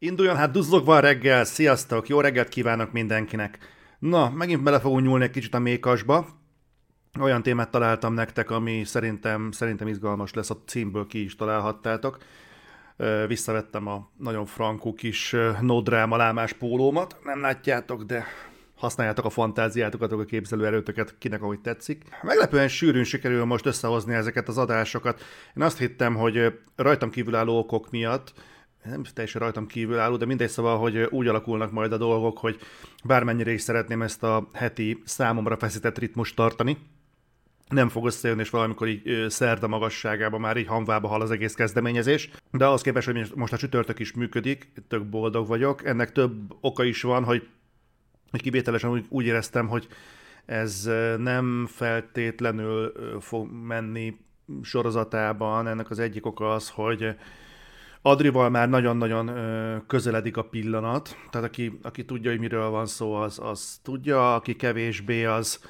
Induljon hát duzzogva a reggel, sziasztok, jó reggelt kívánok mindenkinek. Na, megint bele fogunk nyúlni egy kicsit a mékasba. Olyan témát találtam nektek, ami szerintem izgalmas lesz, a címből ki is találhattátok. Visszavettem a nagyon frankó kis no drama lámás pólómat, nem látjátok, de használjátok a fantáziátokat, a képzelőerőtöket, kinek ahogy tetszik. Meglepően sűrűn sikerül most összehozni ezeket az adásokat. Én azt hittem, hogy rajtam kívülálló okok miatt, nem teljesen rajtam kívülálló, de mindegy, szóval, hogy úgy alakulnak majd a dolgok, hogy bármennyire is szeretném ezt a heti számomra feszített ritmust tartani, nem fog összejönni, és valamikor így szerda magasságában már így hamvába hal az egész kezdeményezés. De ahhoz képest, hogy most a csütörtök is működik, tök boldog vagyok. Ennek több oka is van, hogy kivételesen úgy éreztem, hogy ez nem feltétlenül fog menni sorozatában. Ennek az egyik oka az, hogy Adrival már nagyon-nagyon közeledik a pillanat. Tehát aki tudja, hogy miről van szó, az tudja, aki kevésbé,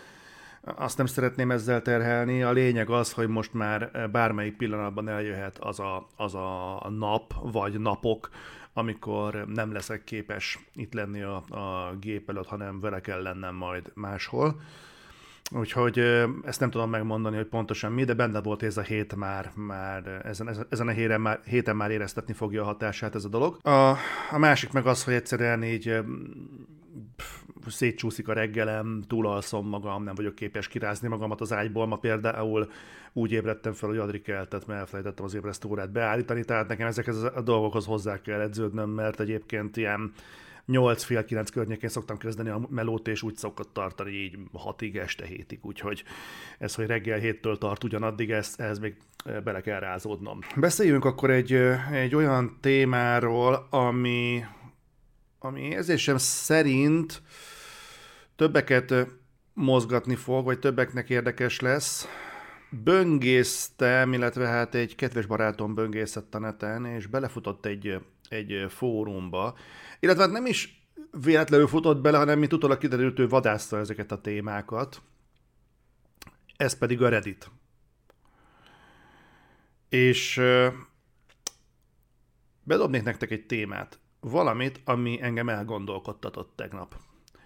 azt nem szeretném ezzel terhelni. A lényeg az, hogy most már bármelyik pillanatban eljöhet az a nap, vagy napok, amikor nem leszek képes itt lenni a gép előtt, hanem vele kell lennem majd máshol. Úgyhogy ezt nem tudom megmondani, hogy pontosan mi, de benne volt ez a hét már ezen a héten már éreztetni fogja a hatását ez a dolog. A másik meg az, hogy egyszerűen így szétcsúszik a reggelem, túlalszom magam, nem vagyok képes kirázni magamat az ágyból. Ma például úgy ébredtem fel, hogy Adri keltett, mert elfelejtettem az ébresztőórát beállítani, tehát nekem ezekhez a dolgokhoz hozzá kell edződnöm, mert egyébként ilyen 8-9 környékén szoktam kezdeni a melót, és úgy szokott tartani így 6-ig, este 7-ig, úgyhogy ez, hogy reggel 7-től tart ugyanaddig, ehhez még bele kell rázódnom. Beszéljünk akkor egy olyan témáról, ami érzésem szerint többeket mozgatni fog, vagy többeknek érdekes lesz. Böngésztem, illetve hát egy kedves barátom böngészett a neten, és belefutott egy fórumba, illetve hát nem is véletlenül futott bele, hanem mint utólag kiderült, ő vadászta ezeket a témákat. Ez pedig a Reddit. És bedobnék nektek egy témát. Valamit, ami engem elgondolkodtatott tegnap.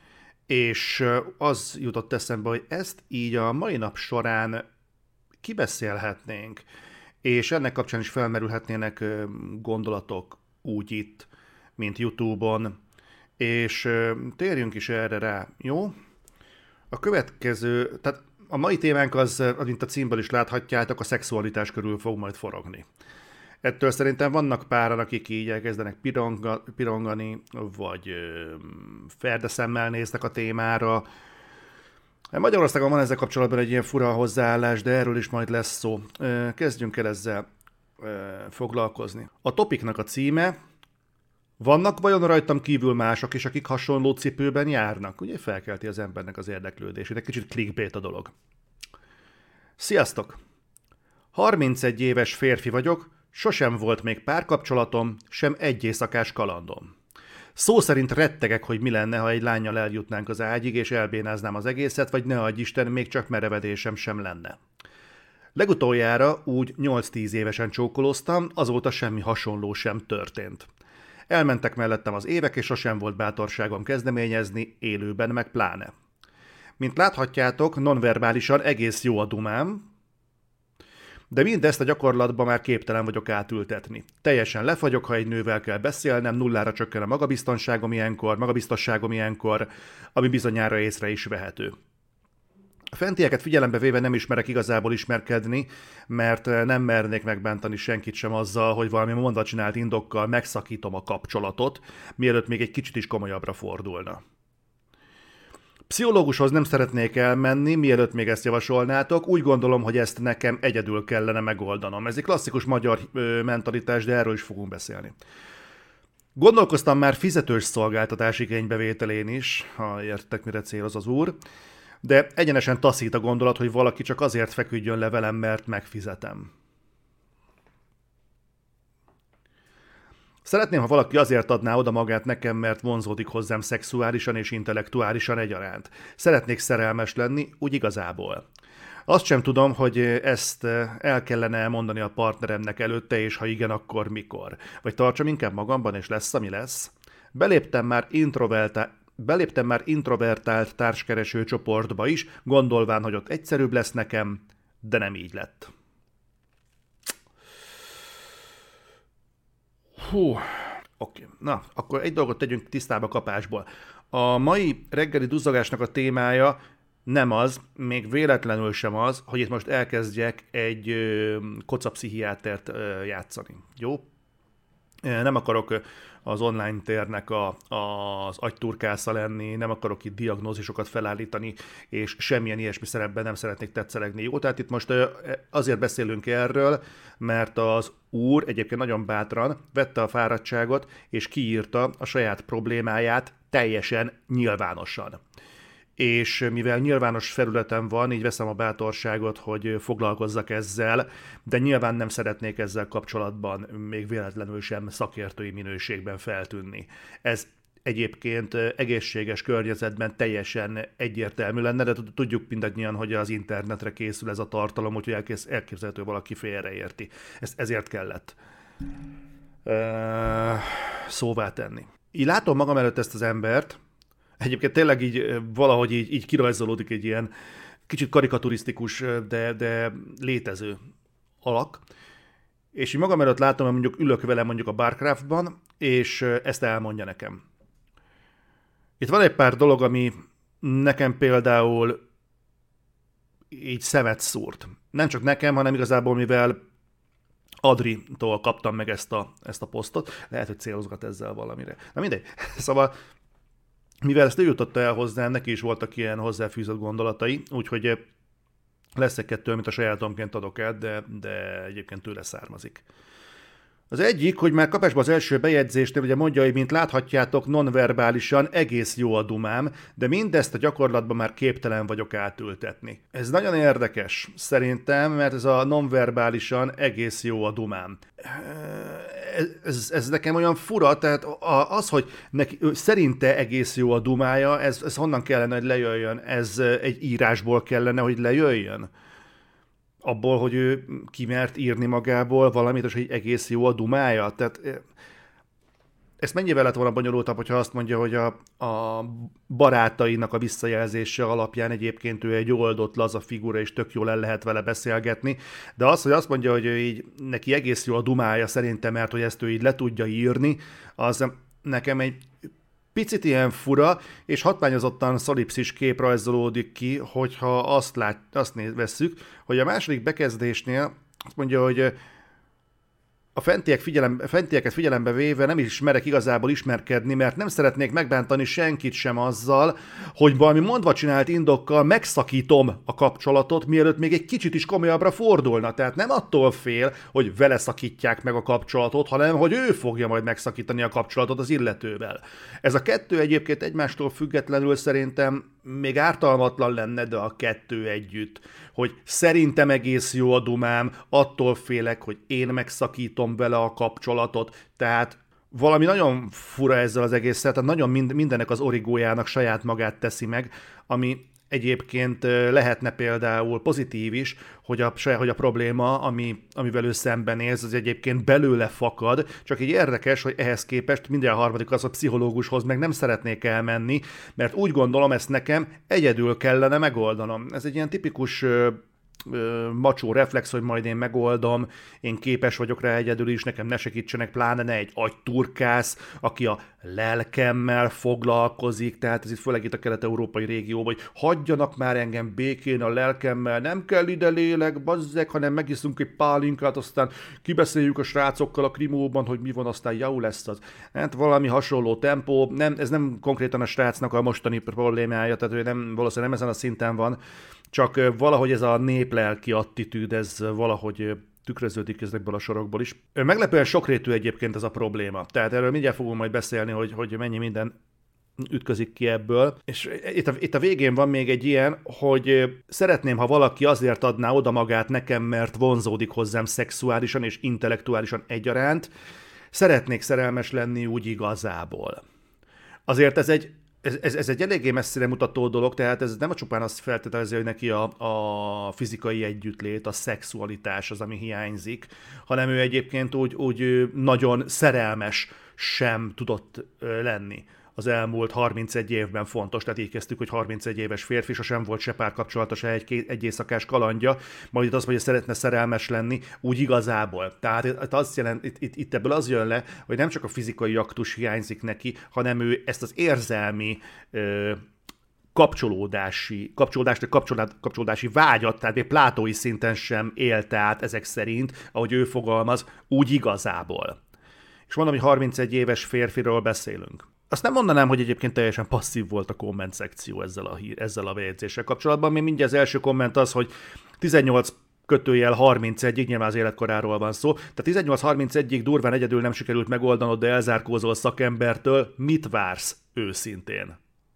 És az jutott eszembe, hogy ezt így a mai nap során kibeszélhetnénk, és ennek kapcsán is felmerülhetnének gondolatok úgy itt, mint YouTube-on, és térjünk is erre rá, jó? A következő, tehát a mai témánk az, mint a címből is láthatjátok, a szexualitás körül fog majd forogni. Ettől szerintem vannak páran, akik így elkezdenek pirongani, vagy ferdeszemmel néznek a témára. Magyarországon van ezzel kapcsolatban egy ilyen fura hozzáállás, de erről is majd lesz szó. Kezdjünk el ezzel foglalkozni. A topiknak a címe: vannak vajon rajtam kívül mások is, akik hasonló cipőben járnak? Ugye felkelti az embernek az érdeklődését, egy kicsit clickbait a dolog. Sziasztok! 31 éves férfi vagyok, sosem volt még párkapcsolatom, sem egy éjszakás kalandom. Szó szerint rettegek, hogy mi lenne, ha egy lánnyal eljutnánk az ágyig, és elbénáznám az egészet, vagy ne adj Isten, még csak merevedésem sem lenne. Legutoljára úgy 8-10 évesen csókolóztam, azóta semmi hasonló sem történt. Elmentek mellettem az évek, és sosem volt bátorságom kezdeményezni, élőben meg pláne. Mint láthatjátok, nonverbálisan egész jó a dumám, de mindezt a gyakorlatban már képtelen vagyok átültetni. Teljesen lefagyok, ha egy nővel kell beszélnem, nullára csökken a magabiztosságom ilyenkor, ami bizonyára észre is vehető. A fentieket figyelembe véve nem ismerek igazából ismerkedni, mert nem mernék megbántani senkit sem azzal, hogy valami mondatcsinált indokkal megszakítom a kapcsolatot, mielőtt még egy kicsit is komolyabbra fordulna. Pszichológushoz nem szeretnék elmenni, mielőtt még ezt javasolnátok. Úgy gondolom, hogy ezt nekem egyedül kellene megoldanom. Ez egy klasszikus magyar mentalitás, de erről is fogunk beszélni. Gondolkoztam már fizetős szolgáltatás igénybevételén is, ha értek, mire céloz az úr, de egyenesen taszít a gondolat, hogy valaki csak azért feküdjön le velem, mert megfizetem. Szeretném, ha valaki azért adná oda magát nekem, mert vonzódik hozzám szexuálisan és intellektuálisan egyaránt. Szeretnék szerelmes lenni, úgy igazából. Azt sem tudom, hogy ezt el kellene elmondani a partneremnek előtte, és ha igen, akkor mikor. Vagy tartsam inkább magamban, és lesz, ami lesz. Beléptem már introvertált társkereső csoportba is, gondolván, hogy ott egyszerűbb lesz nekem, de nem így lett. Oké. Na, akkor egy dolgot tegyünk tisztába kapásból. A mai reggeli duzzogásnak a témája nem az, még véletlenül sem az, hogy itt most elkezdjek egy kocapszichiátert játszani. Jó? Nem akarok az online térnek az agyturkásza lenni, nem akarok itt diagnózisokat felállítani, és semmilyen ilyesmi szerepben nem szeretnék tetszelegni. Jó, tehát itt most azért beszélünk erről, mert az úr egyébként nagyon bátran vette a fáradtságot, és kiírta a saját problémáját teljesen nyilvánosan. És mivel nyilvános felületen van, így veszem a bátorságot, hogy foglalkozzak ezzel, de nyilván nem szeretnék ezzel kapcsolatban még véletlenül sem szakértői minőségben feltűnni. Ez egyébként egészséges környezetben teljesen egyértelmű lenne, de tudjuk mindannyian, hogy az internetre készül ez a tartalom, úgyhogy elképzelhető valaki félreérti. Ezt ezért kellett szóvá tenni. Így látom magam előtt ezt az embert, egyébként tényleg így valahogy így kirajzolódik egy ilyen kicsit karikaturisztikus, de létező alak. És így magam előtt látom, hogy mondjuk ülök vele mondjuk a Barcraftban, és ezt elmondja nekem. Itt van egy pár dolog, ami nekem például így szemet szúrt. Nem csak nekem, hanem igazából mivel Adri-tól kaptam meg ezt a posztot. Lehet, hogy célozgat ezzel valamire. Na mindegy. Szóval mivel ezt ő jutotta el hozzám, neki is voltak ilyen hozzáfűzött gondolatai, úgyhogy lesz egy-kettő, amit a sajátomként adok el, de egyébként tőle származik. Az egyik, hogy már kapásban az első bejegyzésnél ugye mondja, hogy mint láthatjátok, nonverbálisan egész jó a dumám, de mindezt a gyakorlatban már képtelen vagyok átültetni. Ez nagyon érdekes szerintem, mert ez a nonverbálisan egész jó a dumám. Ez nekem olyan fura, tehát az, hogy neki, szerinte egész jó a dumája, ez honnan kellene, hogy lejöjjön? Ez egy írásból kellene, hogy lejöjjön? Abból, hogy ő kimert írni magából valamit, és hogy egész jó a dumája. Tehát ezt mennyivel lett volna bonyolultabb, hogyha azt mondja, hogy a barátainak a visszajelzése alapján egyébként ő egy oldott, laza figura, és tök jól el lehet vele beszélgetni. De az, hogy azt mondja, hogy ő így neki egész jó a dumája szerintem, mert hogy ezt ő így le tudja írni, az nekem egy picit ilyen fura, és hatványozottan szalipszis kép rajzolódik ki, hogyha azt vesszük, hogy a második bekezdésnél azt mondja, hogy a fentieket figyelembe véve nem is merek igazából ismerkedni, mert nem szeretnék megbántani senkit sem azzal, hogy valami mondva csinált indokkal megszakítom a kapcsolatot, mielőtt még egy kicsit is komolyabbra fordulna. Tehát nem attól fél, hogy vele szakítják meg a kapcsolatot, hanem hogy ő fogja majd megszakítani a kapcsolatot az illetővel. Ez a kettő egyébként egymástól függetlenül szerintem még ártalmatlan lenne, de a kettő együtt, hogy szerintem egész jó a dumám, attól félek, hogy én megszakítom vele a kapcsolatot, tehát valami nagyon fura ezzel az egésszel, tehát nagyon mindennek az origójának saját magát teszi meg, ami egyébként lehetne például pozitív is, hogy a probléma, amivel ő szembenéz, az egyébként belőle fakad, csak így érdekes, hogy ehhez képest minden harmadik az a pszichológushoz meg nem szeretnék elmenni, mert úgy gondolom, ezt nekem egyedül kellene megoldanom. Ez egy ilyen tipikus macsó reflex, hogy majd én megoldom, én képes vagyok rá egyedül is, nekem ne segítsenek, pláne ne egy agyturkász, aki a lelkemmel foglalkozik, tehát ez itt főleg itt a kelet-európai régióban, hogy hagyjanak már engem békén a lelkemmel, nem kell ide lélek, bazzeg, hanem megiszunk egy pálinkát, aztán kibeszéljük a srácokkal a krimóban, hogy mi van, aztán jó lesz az. Hát valami hasonló tempó, ez nem konkrétan a srácnak a mostani problémája, tehát ő valószínűleg nem ezen a szinten van, csak valahogy ez a néplelki attitűd, ez valahogy tükröződik ezekből a sorokból is. Meglepően sokrétű egyébként ez a probléma. Tehát erről mindjárt fogunk majd beszélni, hogy mennyi minden ütközik ki ebből. És itt a végén van még egy ilyen, hogy szeretném, ha valaki azért adná oda magát nekem, mert vonzódik hozzám szexuálisan és intellektuálisan egyaránt. Szeretnék szerelmes lenni úgy igazából. Azért ez egy ez egy eléggé messzire mutató dolog, tehát ez nem csupán azt feltételezi, hogy neki a fizikai együttlét, a szexualitás az, ami hiányzik, hanem ő egyébként úgy nagyon szerelmes sem tudott lenni az elmúlt 31 évben fontos, tehát így kezdtük, hogy 31 éves férfi, sosem volt se párkapcsolata, se egy éjszakás kalandja, majd itt azt mondja, hogy szeretne szerelmes lenni, úgy igazából. Tehát azt jelent, itt ebből az jön le, hogy nem csak a fizikai aktus hiányzik neki, hanem ő ezt az érzelmi kapcsolódási vágyat, tehát még plátói szinten sem élte át ezek szerint, ahogy ő fogalmaz, úgy igazából. És mondom, hogy 31 éves férfiról beszélünk. Azt nem mondanám, hogy egyébként teljesen passzív volt a komment szekció ezzel a bejegyzéssel kapcsolatban. Még mindjárt az első komment az, hogy 18 kötőjel 31-ig, nyilván az életkoráról van szó, tehát 18-31-ig durván egyedül nem sikerült megoldanod, de elzárkózol szakembertől, mit vársz őszintén?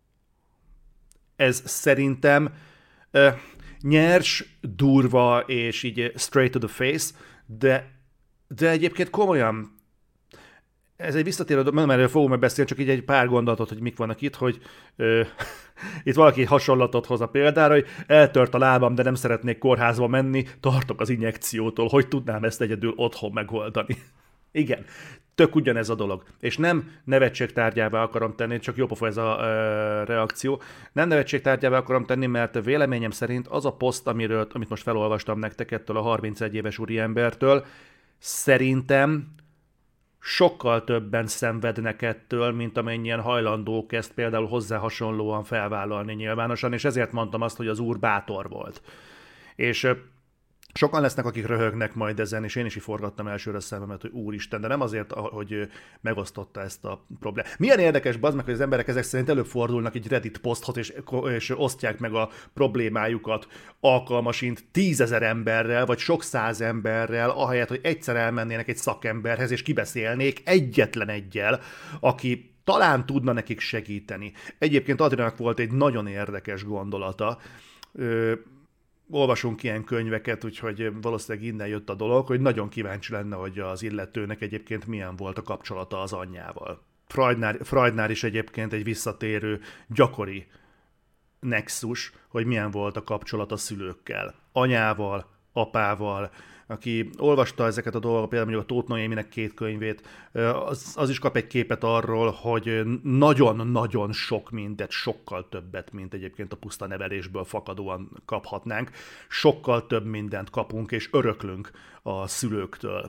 Ez szerintem nyers, durva és így straight to the face, de egyébként komolyan, ez egy visszatérő, nem erről fogunk meg beszélni, csak így egy pár gondolatot, hogy mik vannak itt, hogy itt valaki hasonlatot hoz a példára, hogy eltört a lábam, de nem szeretnék kórházba menni, tartok az injekciótól, hogy tudnám ezt egyedül otthon megoldani. Igen, tök ugyanez a dolog. És nem nevetségtárgyává akarom tenni, csak jópofa ez a reakció, nem nevetségtárgyává akarom tenni, mert véleményem szerint az a poszt, amit most felolvastam nektek ettől a 31 éves úriembertől, szerintem sokkal többen szenvednek ettől, mint amennyien hajlandók ezt például hozzá hasonlóan felvállalni nyilvánosan, és ezért mondtam azt, hogy az úr bátor volt. És sokan lesznek, akik röhögnek majd ezen, és én is így forgattam elsőre a szememet, hogy úristen, de nem azért, hogy megosztotta ezt a problémát. Milyen érdekes, bazd meg, hogy az emberek ezek szerint előbb fordulnak egy Reddit poszthoz, és osztják meg a problémájukat alkalmasint 10 000 emberrel, vagy sok száz emberrel, ahelyett, hogy egyszer elmennének egy szakemberhez, és kibeszélnék egyetlen egyel, aki talán tudna nekik segíteni. Egyébként Adriának volt egy nagyon érdekes gondolata, olvasunk ilyen könyveket, úgyhogy valószínűleg innen jött a dolog, hogy nagyon kíváncsi lenne, hogy az illetőnek egyébként milyen volt a kapcsolata az anyjával. Freudnál is egyébként egy visszatérő, gyakori nexus, hogy milyen volt a kapcsolat a szülőkkel. Anyával, apával, aki olvasta ezeket a dolgokat, például mondjuk a Tóth Noéminek 2 könyvét, az is kap egy képet arról, hogy nagyon-nagyon sok mindet, sokkal többet, mint egyébként a puszta nevelésből fakadóan kaphatnánk. Sokkal több mindent kapunk és öröklünk a szülőktől.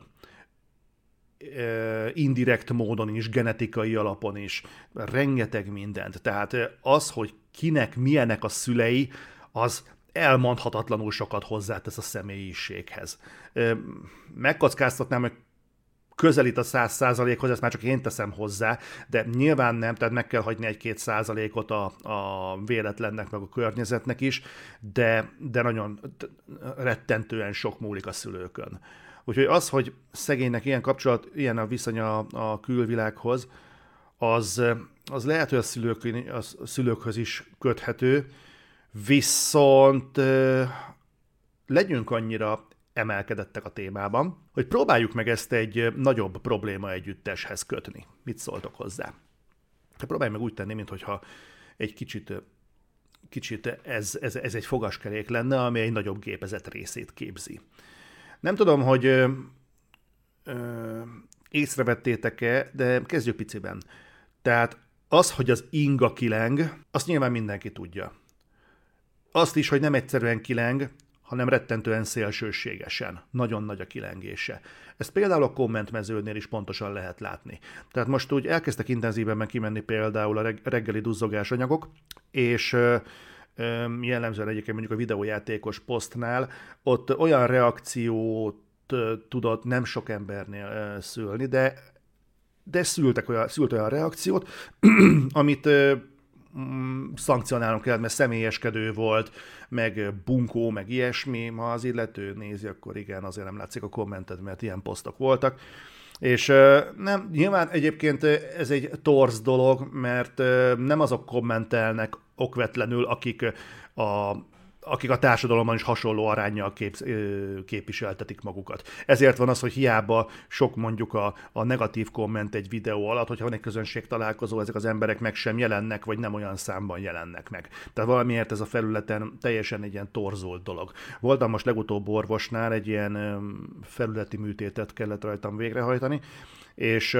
Indirekt módon is, genetikai alapon is, rengeteg mindent. Tehát az, hogy kinek milyenek a szülei, az elmondhatatlanul sokat hozzátesz a személyiséghez. Megkockáztatnám, hogy közelít a 100%-hoz, ezt már csak én teszem hozzá, de nyilván nem, tehát meg kell hagyni 1-2%-ot a véletlennek, meg a környezetnek is, de nagyon rettentően sok múlik a szülőkön. Úgyhogy az, hogy szegénynek ilyen a viszony a külvilághoz, az lehet, hogy a szülőkhöz is köthető, viszont legyünk annyira emelkedettek a témában, hogy próbáljuk meg ezt egy nagyobb probléma együtteshez kötni. Mit szóltok hozzá? Próbáljuk meg úgy tenni, mintha egy kicsit ez egy fogaskerék lenne, ami egy nagyobb gépezet részét képzi. Nem tudom, hogy észrevettétek-e, de kezdjük piciben. Tehát az, hogy az inga kileng, azt nyilván mindenki tudja. Azt is, hogy nem egyszerűen kileng, hanem rettentően szélsőségesen. Nagyon nagy a kilengése. Ezt például a kommentmezőnél is pontosan lehet látni. Tehát most úgy elkezdtek intenzívebben kimenni például a reggeli duzzogás anyagok, és jellemzően egyébként mondjuk a videójátékos posztnál ott olyan reakciót tudott nem sok embernél szülni, de szült olyan reakciót, amit szankcionálnom kellett, mert személyeskedő volt, meg bunkó, meg ilyesmi. Ha az illető nézi, akkor igen, azért nem látszik a kommented, mert ilyen posztok voltak. És nem, nyilván egyébként ez egy torz dolog, mert nem azok kommentelnek okvetlenül, akik akik a társadalomban is hasonló aránnyal képviseltetik magukat. Ezért van az, hogy hiába sok mondjuk a negatív komment egy videó alatt, hogyha van egy közönség találkozó, ezek az emberek meg sem jelennek, vagy nem olyan számban jelennek meg. Tehát valamiért ez a felületen teljesen egy ilyen torzult dolog. Voltam most legutóbb orvosnál, egy ilyen felületi műtétet kellett rajtam végrehajtani, és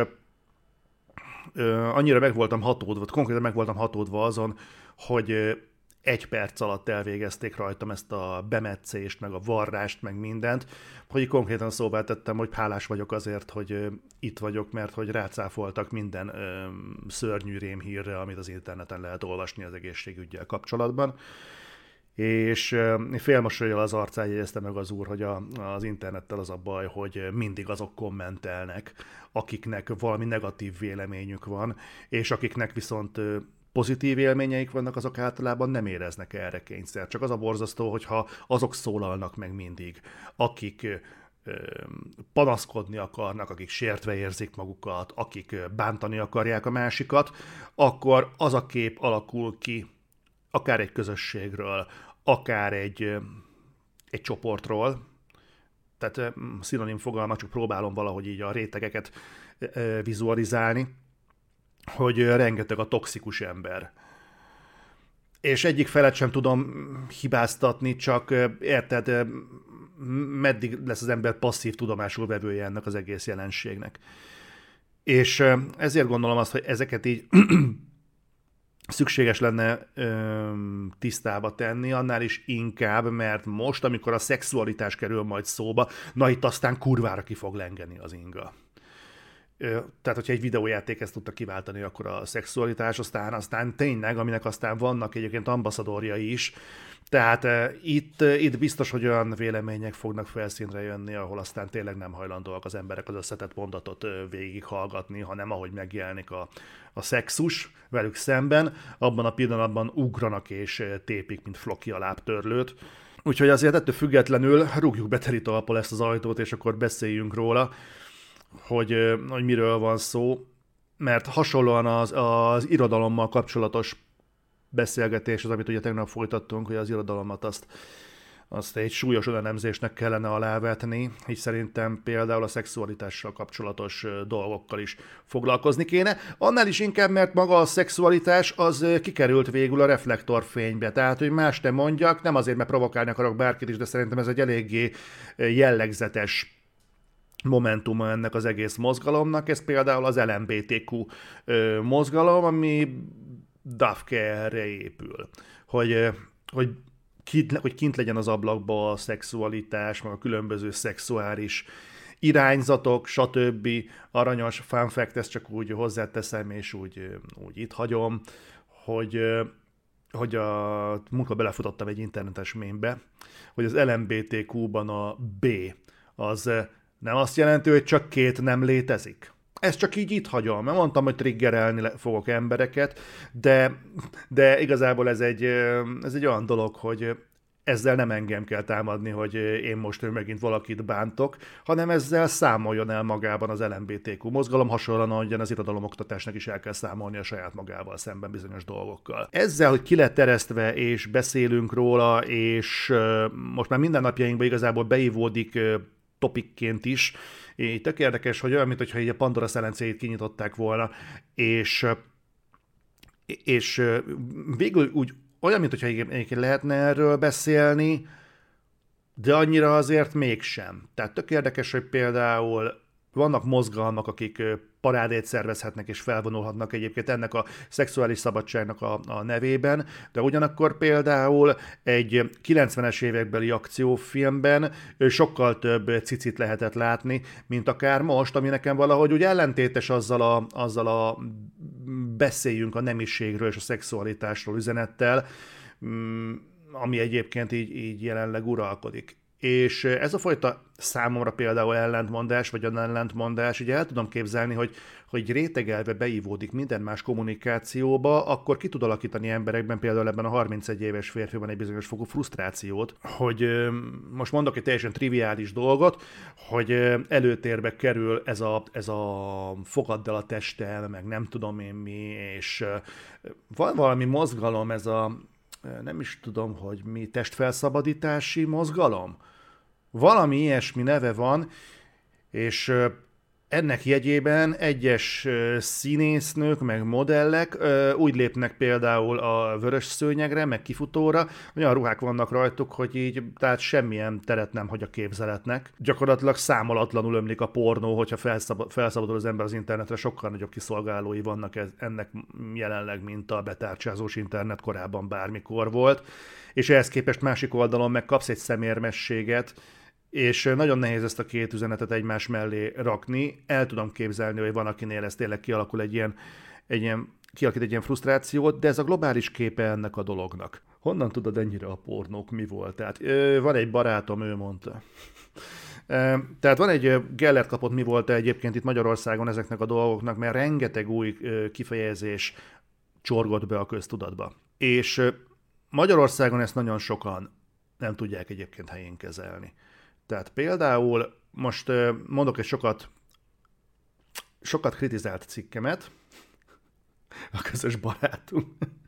annyira meg voltam hatódva, konkrétan meg voltam hatódva azon, hogy 1 perc alatt elvégezték rajtam ezt a bemetszést, meg a varrást, meg mindent, hogy konkrétan szóvá tettem, hogy hálás vagyok azért, hogy itt vagyok, mert hogy rácáfoltak minden szörnyű rémhírre, amit az interneten lehet olvasni az egészségüggyel kapcsolatban. És félmosollyal az arcán jegyezte meg az úr, hogy az internettel az a baj, hogy mindig azok kommentelnek, akiknek valami negatív véleményük van, és akiknek viszont pozitív élményeik vannak, azok általában nem éreznek erre kényszer. Csak az a borzasztó, hogyha azok szólalnak meg mindig, akik panaszkodni akarnak, akik sértve érzik magukat, akik bántani akarják a másikat, akkor az a kép alakul ki, akár egy közösségről, akár egy csoportról, tehát szinonim fogalmat, csak próbálom valahogy így a rétegeket vizualizálni, hogy rengeteg a toxikus ember. És egyik felet sem tudom hibáztatni, csak érted, meddig lesz az ember passzív tudomásul vevője ennek az egész jelenségnek. És ezért gondolom azt, hogy ezeket így szükséges lenne tisztába tenni, annál is inkább, mert most, amikor a szexualitás kerül majd szóba, na itt aztán kurvára ki fog lengeni az inga. Tehát, hogyha egy videójáték ezt tudta kiváltani, akkor a szexualitás, aztán tényleg, aminek aztán vannak egyébként ambasszadorjai is. Tehát itt biztos, hogy olyan vélemények fognak felszínre jönni, ahol aztán tényleg nem hajlandóak az emberek az összetett mondatot végighallgatni, hanem ahogy megjelenik a szexus velük szemben, abban a pillanatban ugranak és tépik, mint Floki a lábtörlőt. Úgyhogy azért ettől függetlenül rúgjuk be teli talpal ezt az ajtót, és akkor beszéljünk róla, hogy miről van szó, mert hasonlóan az irodalommal kapcsolatos beszélgetés, az, amit ugye tegnap folytattunk, hogy az irodalomat azt egy súlyos elemzésnek kellene alávetni, így szerintem például a szexualitással kapcsolatos dolgokkal is foglalkozni kéne. Annál is inkább, mert maga a szexualitás az kikerült végül a reflektorfénybe. Tehát, hogy más nem mondjak, nem azért, mert provokálni akarok bárkit is, de szerintem ez egy eléggé jellegzetes momentuma ennek az egész mozgalomnak. Ez például az LMBTQ mozgalom, ami Dafke erre épül. Hogy kint legyen az ablakba a szexualitás, meg a különböző szexuális irányzatok, stb. Aranyos fun fact, ezt csak úgy hozzáteszem, és úgy itt hagyom, hogy a múltkor belefutottam egy internetes mémbe, hogy az LMBTQ-ban a B az nem azt jelenti, hogy csak 2 nem létezik. Ezt csak így itt hagyom, mert mondtam, hogy triggerelni fogok embereket, de igazából ez egy olyan dolog, hogy ezzel nem engem kell támadni, hogy én most megint valakit bántok, hanem ezzel számoljon el magában az LMBTQ mozgalom, hasonlóan, ahogyan az irodalomoktatásnak is el kell számolni a saját magával szemben bizonyos dolgokkal. Ezzel, hogy ki lett teresztve, és beszélünk róla, és most már mindennapjainkban igazából beívódik topikként is. Így tök érdekes, hogy olyan, mintha így a Pandora szelencéjét kinyitották volna, és végül úgy olyan, mintha egyébként lehetne erről beszélni, de annyira azért mégsem. Tehát tök érdekes, hogy például vannak mozgalmak, akik parádét szervezhetnek és felvonulhatnak egyébként ennek a szexuális szabadságnak a nevében, de ugyanakkor például egy 90-es évekbeli akciófilmben sokkal több cicit lehetett látni, mint akár most, ami nekem valahogy úgy ellentétes azzal a beszéljünk a nemiségről és a szexualitásról üzenettel, ami egyébként így jelenleg uralkodik. És ez a fajta számomra például ellentmondás, vagy ellentmondás, ugye el tudom képzelni, hogy rétegelve beívódik minden más kommunikációba, akkor ki tud alakítani emberekben, például ebben a 31 éves férfiban egy bizonyos fokú frusztrációt, hogy most mondok egy teljesen triviális dolgot, hogy előtérbe kerül ez a fogadd el a testtel, meg nem tudom én mi, és van valami mozgalom, ez a nem is tudom, hogy mi, testfelszabadítási mozgalom? Valami ilyesmi neve van, és ennek jegyében egyes színésznők, meg modellek úgy lépnek például a vörös szőnyegre, meg kifutóra, olyan ruhák vannak rajtuk, hogy így, tehát semmilyen teret nem hagy a képzeletnek. Gyakorlatilag számolatlanul ömlik a pornó, hogyha felszabadul az ember az internetre, sokkal nagyobb kiszolgálói vannak ennek jelenleg, mint a betárcsázós internet korábban bármikor volt. És ehhez képest másik oldalon meg kapsz egy szemérmességet, és nagyon nehéz ezt a két üzenetet egymás mellé rakni. El tudom képzelni, hogy van, akinél ez tényleg kialakul kialakít egy ilyen frusztrációt, de ez a globális képe ennek a dolognak. Honnan tudod ennyire a pornók mi volt? Tehát van egy barátom, ő mondta. Tehát van egy Gellert kapott mi volt egyébként itt Magyarországon ezeknek a dolgoknak, mert rengeteg új kifejezés csorgott be a köztudatba. És Magyarországon ezt nagyon sokan nem tudják egyébként helyén kezelni. Tehát például most mondok egy sokat kritizált cikkemet, a közös barátunk.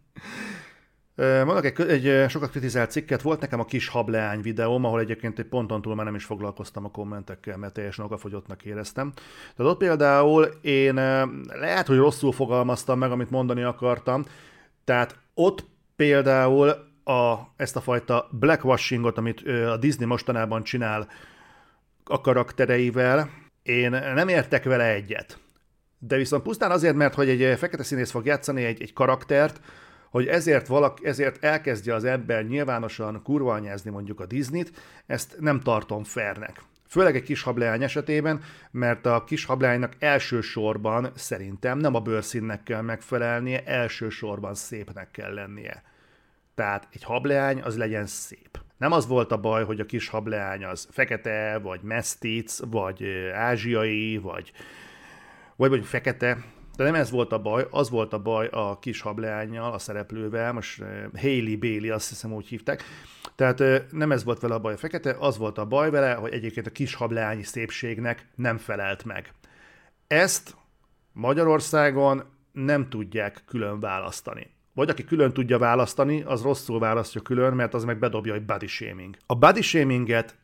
Mondok egy sokat kritizált cikket, volt nekem a kis hableány videóm, ahol egyébként egy ponton túl már nem is foglalkoztam a kommentekkel, mert teljesen okafogyottnak éreztem. Tehát ott például én lehet, hogy rosszul fogalmaztam meg, amit mondani akartam, tehát ott például ezt a fajta blackwashingot, amit a Disney mostanában csinál a karaktereivel, én nem értek vele egyet. De viszont pusztán azért, mert hogy egy fekete színész fog játszani egy karaktert, hogy ezért elkezdje az ember nyilvánosan kurvanyázni mondjuk a Disneyt, ezt nem tartom fairnek. Főleg egy kis hableány esetében, mert a kis hableánynak elsősorban szerintem nem a bőrszínnek kell megfelelnie, elsősorban szépnek kell lennie. Tehát egy hableány az legyen szép. Nem az volt a baj, hogy a kis hableány az fekete, vagy mesztic, vagy ázsiai, vagy mondjuk fekete. De nem ez volt a baj, az volt a baj a kis hableánnyal, a szereplővel, most Hailey Bailey, azt hiszem úgy hívták. Tehát nem ez volt vele a baj a fekete, az volt a baj vele, hogy egyébként a kis hableányi szépségnek nem felelt meg. Ezt Magyarországon nem tudják külön választani. Vagy aki külön tudja választani, az rosszul választja külön, mert az meg bedobja, hogy body shaming. A body shaminget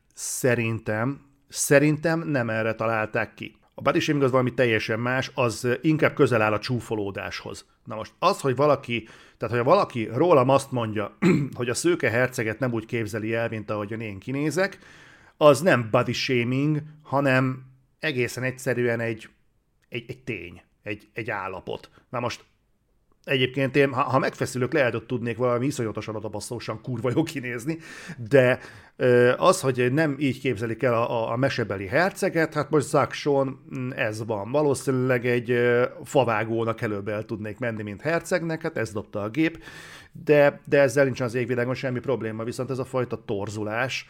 szerintem nem erre találták ki. A body shaming az valami teljesen más, az inkább közel áll a csúfolódáshoz. Na most az, hogy valaki rólam azt mondja, hogy a szőke herceget nem úgy képzeli el, mint ahogyan én kinézek, az nem body shaming, hanem egészen egyszerűen egy tény, egy állapot. Na most egyébként én, ha megfeszülök, lehet, hogy tudnék valami iszonyatosan odabasszósan kurva jó kinézni, de az, hogy nem így képzelik el a mesebeli herceget, hát most Zakson ez van. Valószínűleg egy favágónak előbb el tudnék menni, mint hercegnek, hát ez dobta a gép, de ezzel nincsen az égvilágon semmi probléma, viszont ez a fajta torzulás,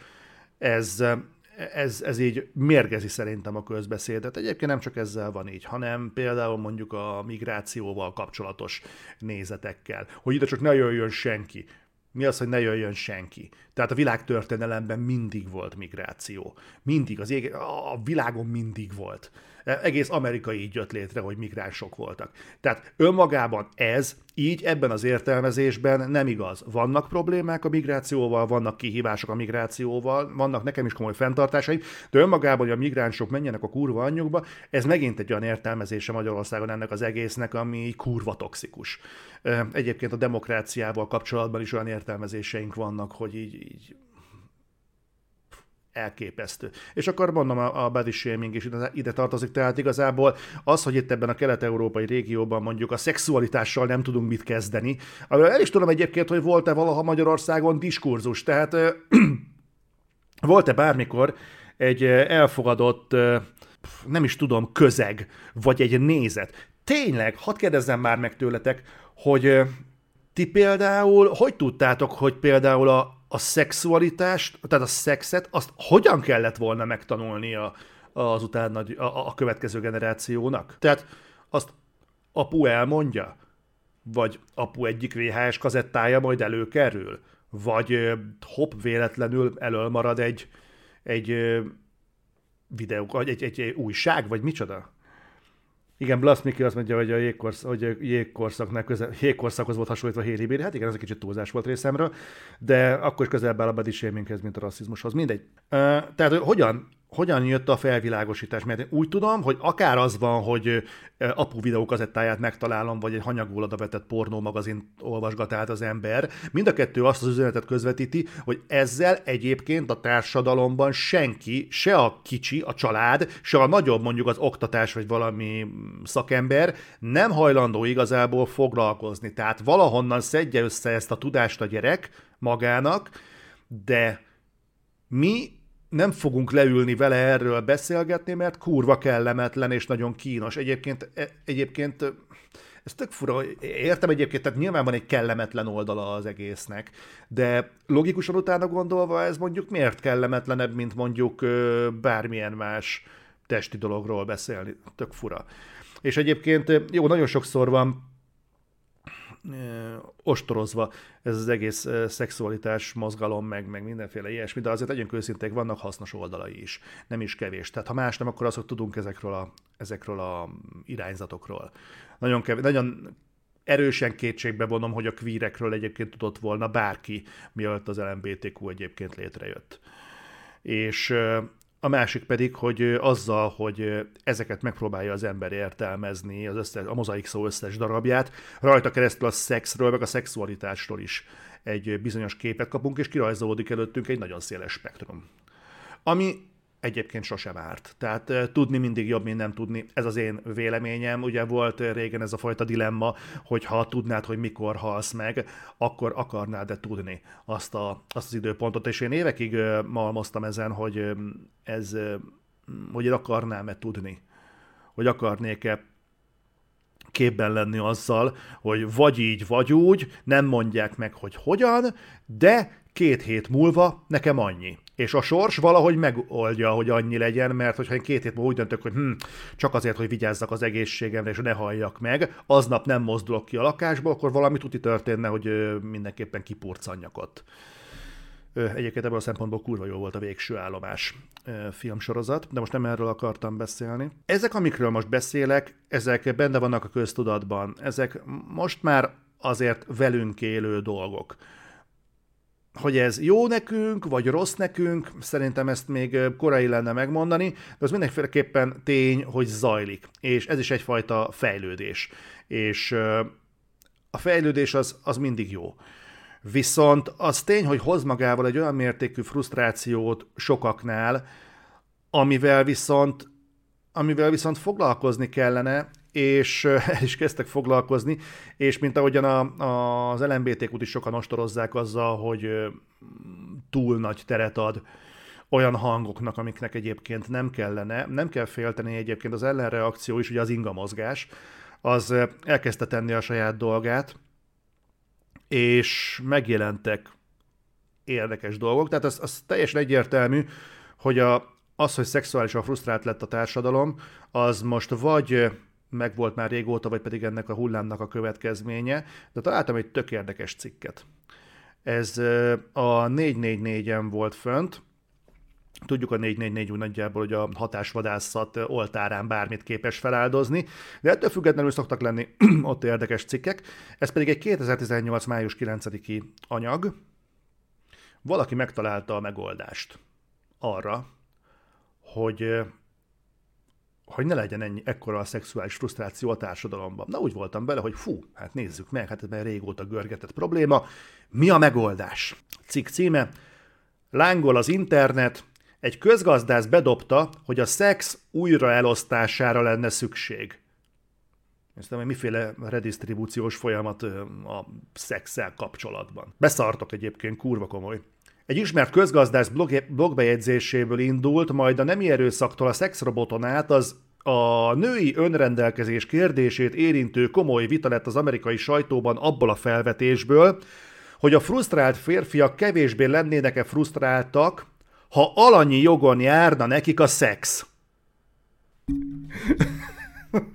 ez így mérgezi szerintem a közbeszédet. Egyébként nem csak ezzel van így, hanem például mondjuk a migrációval kapcsolatos nézetekkel, hogy ide csak ne jöjjön senki. Mi az, hogy ne jöjjön senki? Tehát a világtörténelemben mindig volt migráció. Mindig, a világon mindig volt. Egész Amerika így jött létre, hogy migránsok voltak. Tehát önmagában ez így ebben az értelmezésben nem igaz. Vannak problémák a migrációval, vannak kihívások a migrációval, vannak nekem is komoly fenntartásaim, de önmagában, hogy a migránsok menjenek a kurva anyjukba, ez megint egy olyan értelmezése Magyarországon ennek az egésznek, ami kurva toxikus. Egyébként a demokráciával kapcsolatban is olyan értelmezéseink vannak, hogy így elképesztő. És akkor mondom, a body shaming is ide tartozik, tehát igazából az, hogy itt ebben a kelet-európai régióban mondjuk a szexualitással nem tudunk mit kezdeni, el is tudom egyébként, hogy volt-e valaha Magyarországon diskurzus, tehát volt-e bármikor egy elfogadott, nem is tudom, közeg, vagy egy nézet. Tényleg, hadd kérdezzem már meg tőletek, hogy ti például, hogy tudtátok, hogy például a szexualitást, tehát a szexet, azt hogyan kellett volna megtanulni azután a következő generációnak? Tehát azt apu elmondja? Vagy apu egyik VHS kazettája majd előkerül? Vagy hopp, véletlenül elől marad egy videó, egy újság, vagy micsoda? Igen, Blas Miki azt mondja, hogy hogy a jégkorszakhoz volt hasonlítva Hailey Berry. Hát igen, ez egy kicsit túlzás volt részemről, de akkor is közelebb áll a body shaminghez, mint a rasszizmushoz. Mindegy. Tehát hogyan jött a felvilágosítás? Mert én úgy tudom, hogy akár az van, hogy apu videókazettáját megtalálom, vagy egy hanyagul odavetett pornómagazin olvasgat át az ember. Mind a kettő azt az üzenetet közvetíti, hogy ezzel egyébként a társadalomban senki, se a kicsi, a család, se a nagyobb, mondjuk az oktatás, vagy valami szakember nem hajlandó igazából foglalkozni. Tehát valahonnan szedje össze ezt a tudást a gyerek magának, de mi nem fogunk leülni vele erről beszélgetni, mert kurva kellemetlen és nagyon kínos. Egyébként ez tök fura, értem egyébként, tehát nyilván van egy kellemetlen oldala az egésznek, de logikusan utána gondolva ez mondjuk miért kellemetlenebb, mint mondjuk bármilyen más testi dologról beszélni. Tök fura. És egyébként jó, nagyon sokszor van ostorozva ez az egész szexualitás mozgalom, meg mindenféle ilyesmi, de azért legyünk őszinték, vannak hasznos oldalai is, nem is kevés. Tehát ha más nem, akkor azt, hogy tudunk ezekről a irányzatokról. Nagyon erősen kétségbe vonom, hogy a queerekről egyébként tudott volna bárki, mielőtt az LMBTQ egyébként létrejött. És a másik pedig, hogy azzal, hogy ezeket megpróbálja az ember értelmezni, a mozaik szó összes darabját, rajta keresztül a szexről, meg a szexualitásról is egy bizonyos képet kapunk, és kirajzolódik előttünk egy nagyon széles spektrum. Ami egyébként sosem árt. Tehát tudni mindig jobb, mint nem tudni. Ez az én véleményem. Ugye volt régen ez a fajta dilemma, hogy ha tudnád, hogy mikor halsz meg, akkor akarnád-e tudni azt az időpontot. És én évekig malmoztam ezen, hogy én akarnám-e tudni. Hogy akarnék-e képben lenni azzal, hogy vagy így, vagy úgy, nem mondják meg, hogy hogyan, de 2 hét múlva nekem annyi. És a sors valahogy megoldja, hogy annyi legyen, mert hogyha én 2 hét múlva úgy döntök, hogy csak azért, hogy vigyázzak az egészségemre, és ne halljak meg, aznap nem mozdulok ki a lakásból, akkor valami tuti történne, hogy mindenképpen kipurcanjak ott. Egyébként ebből a szempontból kurva jó volt a Végső állomás filmsorozat, de most nem erről akartam beszélni. Ezek, amikről most beszélek, ezek benne vannak a köztudatban. Ezek most már azért velünk élő dolgok. Hogy ez jó nekünk, vagy rossz nekünk, szerintem ezt még korai lenne megmondani, de az mindenféleképpen tény, hogy zajlik. És ez is egyfajta fejlődés. És a fejlődés az mindig jó. Viszont az tény, hogy hoz magával egy olyan mértékű frusztrációt sokaknál, amivel viszont foglalkozni kellene, és el is kezdtek foglalkozni, és mint ahogyan az LMBTQ-t is sokan ostorozzák azzal, hogy túl nagy teret ad olyan hangoknak, amiknek egyébként nem kellene, nem kell félteni egyébként az ellenreakció is, ugye az ingamozgás, az elkezdte tenni a saját dolgát, és megjelentek érdekes dolgok. Tehát az teljesen egyértelmű, hogy az, hogy szexuálisan frusztrált lett a társadalom, az most vagy megvolt már régóta, vagy pedig ennek a hullámnak a következménye, de találtam egy tök érdekes cikket. Ez a 444-en volt fönt. Tudjuk, a 444 úgy nagyjából, hogy a hatásvadászat oltárán bármit képes feláldozni, de ettől függetlenül szoktak lenni ott érdekes cikkek. Ez pedig egy 2018. május 9-i anyag. Valaki megtalálta a megoldást arra, hogy ne legyen ekkora a szexuális frusztráció a társadalomban. Na úgy voltam bele, hogy hát nézzük meg, hát ez már régóta görgetett probléma. Mi a megoldás? Cikk címe: Lángol az internet, egy közgazdász bedobta, hogy a szex újraelosztására lenne szükség. Ezt hogy miféle redistribúciós folyamat a szexszel kapcsolatban. Beszartok egyébként, kurva komoly. Egy ismert közgazdász blogbejegyzéséből indult, majd a nemi erőszaktól a szexroboton át a női önrendelkezés kérdését érintő komoly vita lett az amerikai sajtóban abból a felvetésből, hogy a frusztrált férfiak kevésbé lennének-e frusztráltak, ha alanyi jogon járna nekik a szex.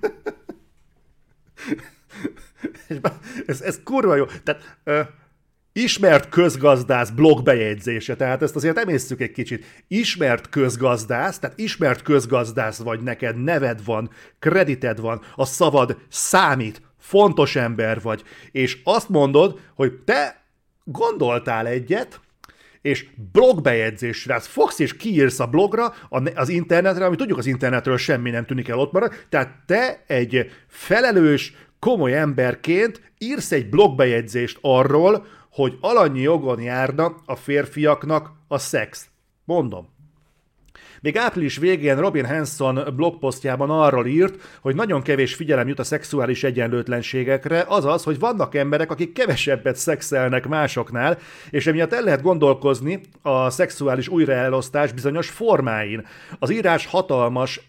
Ez kurva jó. Tehát ismert közgazdász blogbejegyzése, tehát ezt azért emészszük egy kicsit. Ismert közgazdász, tehát ismert közgazdász vagy neked, neved van, kredited van, a szavad számít, fontos ember vagy, és azt mondod, hogy te gondoltál egyet, és blogbejegyzésre fogsz és kiírsz a blogra, az internetre, ami tudjuk az internetről semmi nem tűnik el, ott marad, tehát te egy felelős, komoly emberként írsz egy blogbejegyzést arról, hogy alanyi jogon járna a férfiaknak a szex. Mondom. Még április végén Robin Hanson blogposztjában arról írt, hogy nagyon kevés figyelem jut a szexuális egyenlőtlenségekre, azaz, hogy vannak emberek, akik kevesebbet szexelnek másoknál, és emiatt el lehet gondolkozni a szexuális újraelosztás bizonyos formáin. Az írás hatalmas,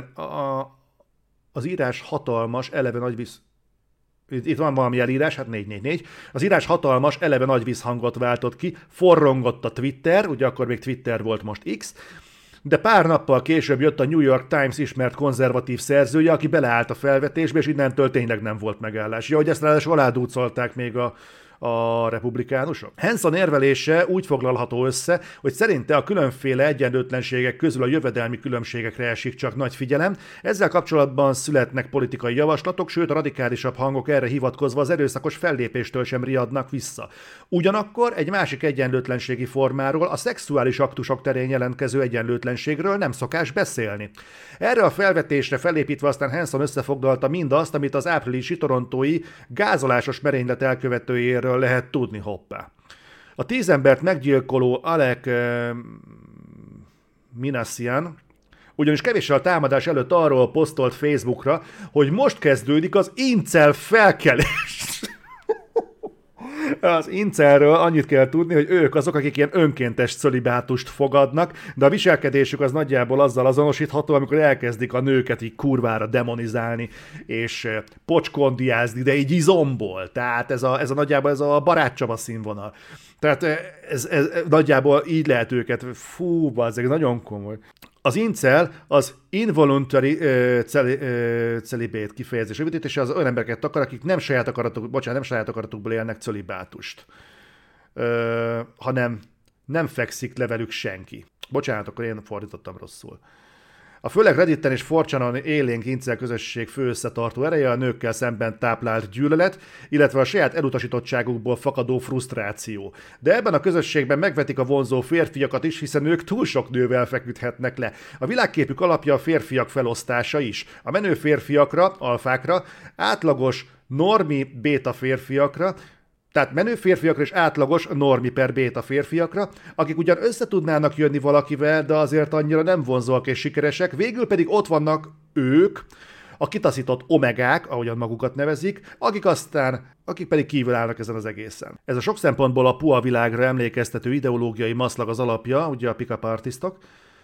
eleve nagy visz... Itt van valami elírás, hát 444. Az írás hatalmas, eleve nagy visszhangot váltott ki, forrongott a Twitter, ugye akkor még Twitter volt, most X, de pár nappal később jött a New York Times ismert konzervatív szerzője, aki beleállt a felvetésbe, és innentől tényleg nem volt megállás. Ja, hogy ezt ráadásul aládúcolták még a republikánusok. Hanson érvelése úgy foglalható össze, hogy szerinte a különféle egyenlőtlenségek közül a jövedelmi különbségekre esik csak nagy figyelem. Ezzel kapcsolatban születnek politikai javaslatok, sőt a radikálisabb hangok erre hivatkozva az erőszakos fellépéstől sem riadnak vissza. Ugyanakkor egy másik egyenlőtlenségi formáról, a szexuális aktusok terén jelentkező egyenlőtlenségről nem szokás beszélni. Erre a felvetésre felépítve aztán Hanson összefoglalta mindazt, amit az áprilisi torontói gázolásos merénylet elkövetőjéről lehet tudni, hoppá. A 10 embert meggyilkoló Alec Minassian ugyanis kevéssel a támadás előtt arról posztolt Facebookra, hogy most kezdődik az incel felkelés. Az incelről annyit kell tudni, hogy ők azok, akik ilyen önkéntes cölibátust fogadnak, de a viselkedésük az nagyjából azzal azonosítható, amikor elkezdik a nőket így kurvára demonizálni, és pocskondiázni, de így izomból. Tehát ez a nagyjából ez a barátcsaba színvonal. Tehát ez nagyjából így lehet őket, fú, bazzeg, nagyon komoly. Az incel az involuntary celibate kifejezés rövidítése, az olyan embereket akar, akik nem saját akaratukból élnek celibátust, hanem nem fekszik le velük senki. Bocsánat, akkor én fordítottam rosszul. A főleg Redditen és 4chanon élénk incel közösség fő összetartó ereje a nőkkel szemben táplált gyűlölet, illetve a saját elutasítottságukból fakadó frusztráció. De ebben a közösségben megvetik a vonzó férfiakat is, hiszen ők túl sok nővel feküdhetnek le. A világképük alapja a férfiak felosztása is. A menő férfiakra, alfákra, átlagos normi béta férfiakra, tehát menő férfiakra és átlagos normi per béta férfiakra, akik ugyan összetudnának jönni valakivel, de azért annyira nem vonzóak és sikeresek, végül pedig ott vannak ők, a kitaszított omegák, ahogyan magukat nevezik, akik pedig kívül állnak ezen az egészen. Ez a sok szempontból a puha világra emlékeztető ideológiai maszlag az alapja, ugye a pick-up artistok,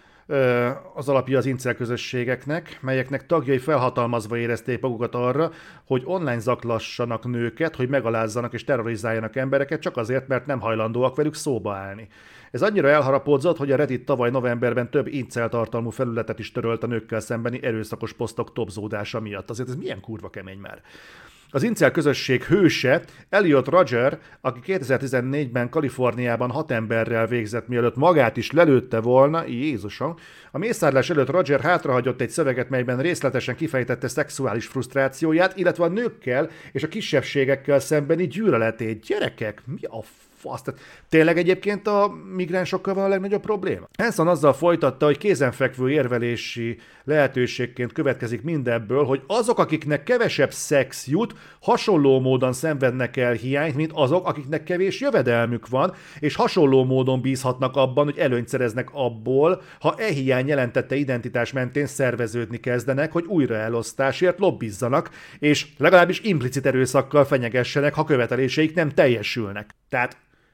az alapja az incel közösségeknek, melyeknek tagjai felhatalmazva érezték magukat arra, hogy online zaklassanak nőket, hogy megalázzanak és terrorizáljanak embereket, csak azért, mert nem hajlandóak velük szóba állni. Ez annyira elharapódzott, hogy a Reddit tavaly novemberben több incel tartalmú felületet is törölt a nőkkel szembeni erőszakos posztok topzódása miatt. Azért ez milyen kurva kemény már. Az incel közösség hőse, Elliot Rodger, aki 2014-ben Kaliforniában 6 emberrel végzett, mielőtt magát is lelőtte volna, Jézusom, a mészárlás előtt Rodger hátrahagyott egy szöveget, melyben részletesen kifejtette szexuális frusztrációját, illetve a nőkkel és a kisebbségekkel szembeni gyűlöletét. Gyerekek, mi a fasz? Tehát tényleg egyébként a migránsokkal van a legnagyobb probléma? Hanson azzal folytatta, hogy kézenfekvő érvelési lehetőségként következik mindebből, hogy azok, akiknek kevesebb szex jut, hasonló módon szenvednek el hiányt, mint azok, akiknek kevés jövedelmük van, és hasonló módon bízhatnak abban, hogy előnyt szereznek abból, ha e hiány jelentette identitás mentén szerveződni kezdenek, hogy újraelosztásért lobbizzanak, és legalábbis implicit erőszakkal fenyegessenek, ha követeléseik nem teljesülnek. Tehát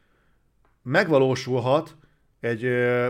megvalósulhat egy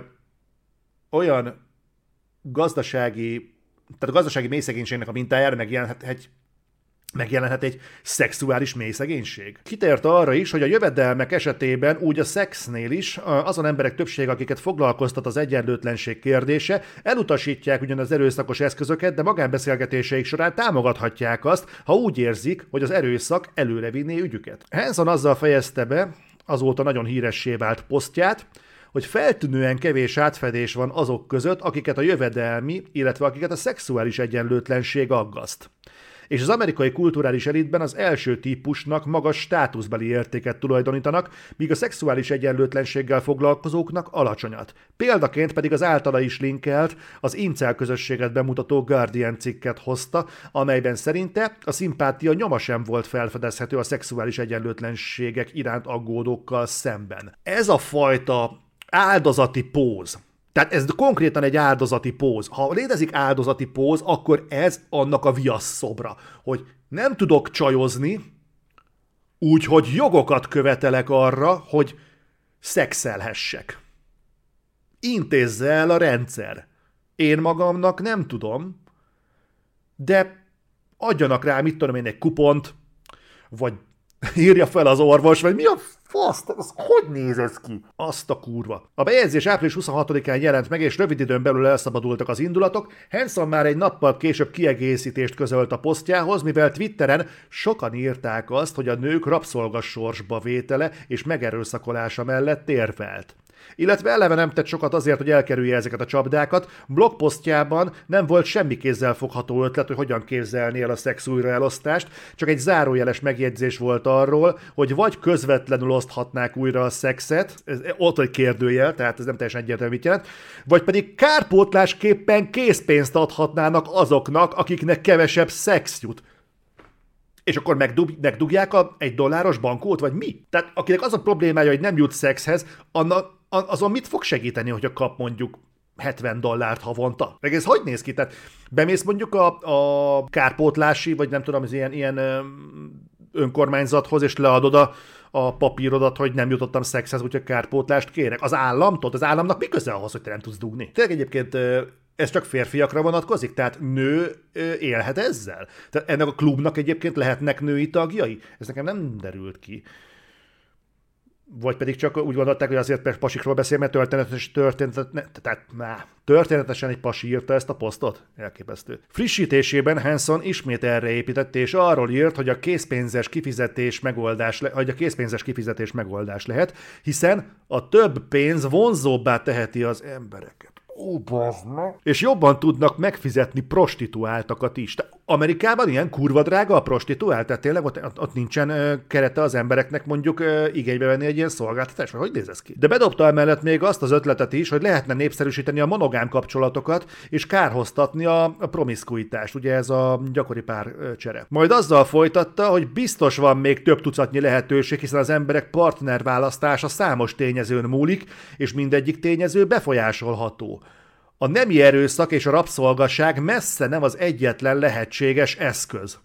olyan gazdasági mélyszegénységnek a mintájára megjelenhet egy szexuális mélyszegénység. Kitért arra is, hogy a jövedelmek esetében úgy a szexnél is azon emberek többsége, akiket foglalkoztat az egyenlőtlenség kérdése, elutasítják ugyan az erőszakos eszközöket, de magánbeszélgetéseik során támogathatják azt, ha úgy érzik, hogy az erőszak előrevinné ügyüket. Hanson azzal fejezte be azóta nagyon híressé vált posztját, hogy feltűnően kevés átfedés van azok között, akiket a jövedelmi, illetve akiket a szexuális egyenlőtlenség aggaszt. És az amerikai kulturális elitben az első típusnak magas státuszbeli értéket tulajdonítanak, míg a szexuális egyenlőtlenséggel foglalkozóknak alacsonyat. Példaként pedig az általa is linkelt, az incel közösséget bemutató Guardian cikket hozta, amelyben szerinte a szimpátia nyoma sem volt felfedezhető a szexuális egyenlőtlenségek iránt aggódókkal szemben. Ez a fajta áldozati póz, tehát ez konkrétan egy áldozati póz. Ha létezik áldozati póz, akkor ez annak a viasszobra, hogy nem tudok csajozni, úgyhogy jogokat követelek arra, hogy szexelhessek. Intézze el a rendszer. Én magamnak nem tudom, de adjanak rá, mit tudom én, egy kupont, vagy írja fel az orvos, vagy mi a fasz, ez hogy néz ez ki? Azt a kurva. A bejegyzés április 26-án jelent meg, és rövid időn belül elszabadultak az indulatok. Hanson már egy nappal később kiegészítést közölt a posztjához, mivel Twitteren sokan írták azt, hogy a nők rabszolgasorsba vétele és megerőszakolása mellett érvelt. Illetve eleve nem tett sokat azért, hogy elkerülje ezeket a csapdákat. Blogposztjában nem volt semmi kézzelfogható ötlet, hogy hogyan képzelni el a szex újraelosztást, csak egy zárójeles megjegyzés volt arról, hogy vagy közvetlenül oszthatnák újra a szexet, ez ott egy kérdőjel, tehát ez nem teljesen egyértelmű, mit jelent, vagy pedig kárpótlásképpen készpénzt adhatnának azoknak, akiknek kevesebb szex jut. És akkor megdugják a $1 bankót, vagy mi? Tehát akinek az a problémája, hogy nem jut szexhez, azon mit fog segíteni, hogyha kap mondjuk $70 havonta? Meg ez hogy néz ki? Tehát bemész mondjuk a kárpótlási, vagy nem tudom, az ilyen önkormányzathoz, és leadod a papírodat, hogy nem jutottam szexhez, úgyhogy kárpótlást kérek. Az államtól? Az államnak mi köze ahhoz, hogy te nem tudsz dugni? Tényleg egyébként ez csak férfiakra vonatkozik? Tehát nő élhet ezzel? Tehát ennek a klubnak egyébként lehetnek női tagjai? Ez nekem nem derült ki. Vagy pedig csak úgy gondolták, hogy azért pasikról beszél, mert történetesen egy pasi írta ezt a posztot? Elképesztő. Frissítésében Hanson ismét erre épített, és arról írt, hogy a készpénzes kifizetés megoldás lehet, hiszen a több pénz vonzóbbá teheti az embereket. És jobban tudnak megfizetni prostituáltakat is. Amerikában ilyen kurva drága a prostituált, tehát tényleg ott nincsen kerete az embereknek mondjuk igénybe venni egy ilyen szolgáltatást, vagy hogy néz ez ki? De bedobta emellett még azt az ötletet is, hogy lehetne népszerűsíteni a monogám kapcsolatokat, és kárhoztatni a promiszkuitást, ugye ez a gyakori párcsere. Majd azzal folytatta, hogy biztos van még több tucatnyi lehetőség, hiszen az emberek partnerválasztása számos tényezőn múlik, és mindegyik tényező befolyásolható. A nemi erőszak és a rabszolgaság messze nem az egyetlen lehetséges eszköz.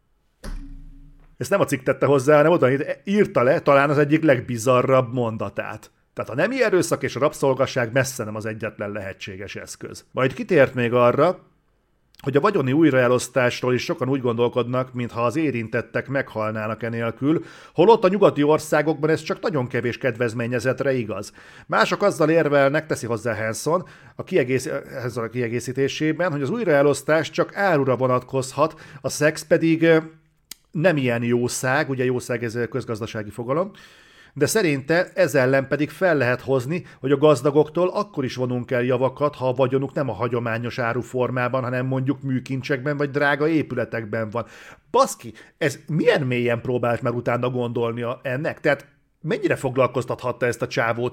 Ezt nem a cikk tette hozzá, hanem oda írta le talán az egyik legbizarrabb mondatát. Tehát a nemi erőszak és a rabszolgaság messze nem az egyetlen lehetséges eszköz. Majd kitért még arra, hogy a vagyoni újraelosztásról is sokan úgy gondolkodnak, mintha az érintettek meghalnának enélkül, holott a nyugati országokban ez csak nagyon kevés kedvezményezetre igaz. Mások azzal érvelnek, teszi hozzá Hanson, ezzel a kiegészítésében, hogy az újraelosztás csak árura vonatkozhat, a szex pedig nem ilyen jószág, ugye jószág ez közgazdasági fogalom, de szerinte ez ellen pedig fel lehet hozni, hogy a gazdagoktól akkor is vonunk el javakat, ha a vagyonuk nem a hagyományos áruformában, hanem mondjuk műkincsekben vagy drága épületekben van. Baszki, ez milyen mélyen próbált már utána gondolnia ennek? Tehát mennyire foglalkoztathatta ezt a csávót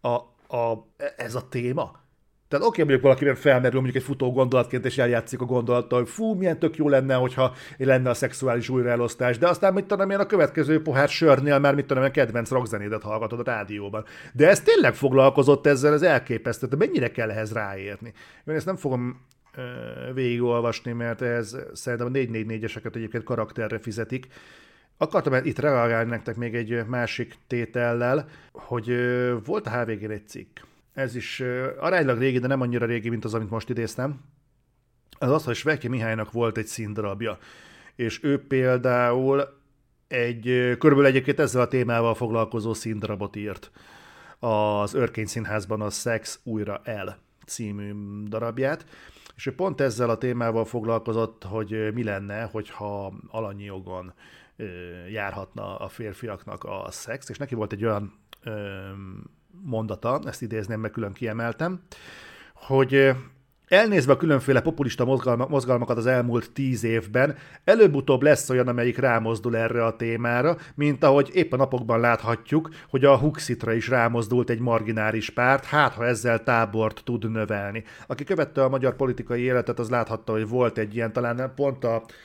ez a téma? Tehát oké, mondjuk valakiben felmerül mondjuk egy futó gondolatként, és eljátszik a gondolattal, hogy fú, milyen tök jó lenne, hogyha lenne a szexuális újraelosztás, de aztán mit tudom én a következő pohár sörnél már mit tudom én a kedvenc rockzenédet hallgatod a rádióban. De ez tényleg foglalkozott ezzel, ez elképesztő, de mennyire kell ehhez ráérni? Én ezt nem fogom végigolvasni, mert ez szerintem a 444-eseket egyébként karakterre fizetik. Akartam itt reagálni nektek még egy másik tétellel, hogy volt a HVG-n egy cikk. Ez is aránylag régi, de nem annyira régi, mint az, amit most idéztem. Az, hogy Sveki Mihálynak volt egy színdarabja. És ő például körülbelül egyébként ezzel a témával foglalkozó színdarabot írt. Az Örkény Színházban a Szex újra el című darabját. És ő pont ezzel a témával foglalkozott, hogy mi lenne, hogyha alanyi jogon járhatna a férfiaknak a szex, és neki volt egy olyan mondata, ezt idézném, meg külön kiemeltem, hogy elnézve a különféle populista mozgalmakat az elmúlt 10 évben, előbb-utóbb lesz olyan, amelyik rámozdul erre a témára, mint ahogy épp a napokban láthatjuk, hogy a Huxitra is rámozdult egy marginális párt, hát ha ezzel tábort tud növelni. Aki követte a magyar politikai életet, az láthatta, hogy volt egy ilyen, talán pont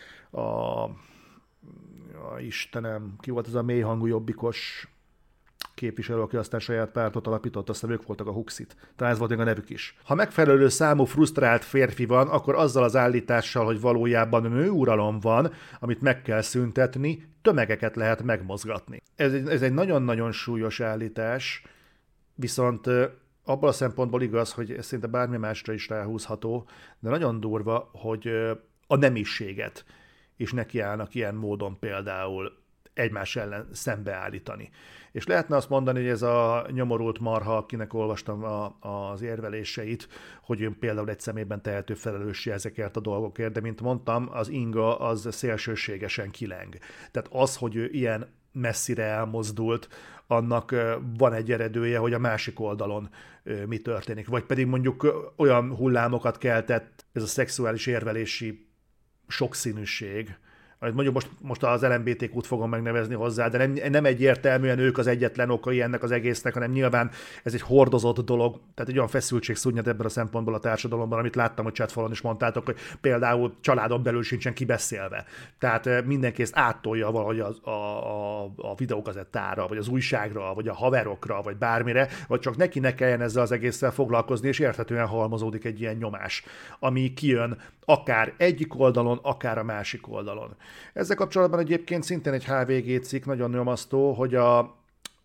Istenem, ki volt az a mélyhangú jobbikos képviselő, aki aztán saját pártot alapított, aztán ők voltak a Huxit. Talán ez volt még a nevük is. Ha megfelelő számú frusztrált férfi van, akkor azzal az állítással, hogy valójában nőuralom van, amit meg kell szüntetni, tömegeket lehet megmozgatni. Ez egy nagyon-nagyon súlyos állítás, viszont abban a szempontból igaz, hogy ez szinte bármi másra is ráhúzható, de nagyon durva, hogy a nemiséget is nekiállnak ilyen módon például egymás ellen szembeállítani. És lehetne azt mondani, hogy ez a nyomorult marha, akinek olvastam az érveléseit, hogy ő például egy szemében tehető felelőssé ezekért a dolgokért, de mint mondtam, az inga az szélsőségesen kileng. Tehát az, hogy ő ilyen messzire elmozdult, annak van egy eredője, hogy a másik oldalon mi történik. Vagy pedig mondjuk olyan hullámokat keltett ez a szexuális érvelési sokszínűség, mondjuk most az LMBTQ-t fogom megnevezni hozzá, de nem egyértelműen ők az egyetlen okai ennek az egésznek, hanem nyilván ez egy hordozott dolog, tehát egy olyan feszültség szunnyad ebben a szempontból a társadalomban, amit láttam, hogy chatfalon is mondtátok, hogy például családon belül sincsen kibeszélve. Tehát mindenki ezt áttolja valahogy a videókazettára, vagy az újságra, vagy a haverokra, vagy bármire, vagy csak neki ne kelljen ezzel az egésszel foglalkozni, és érthetően halmozódik egy ilyen nyomás, ami kijön akár egyik oldalon, akár a másik oldalon. Ezzel kapcsolatban egyébként szintén egy HVG cikk nagyon nyomasztó, hogy a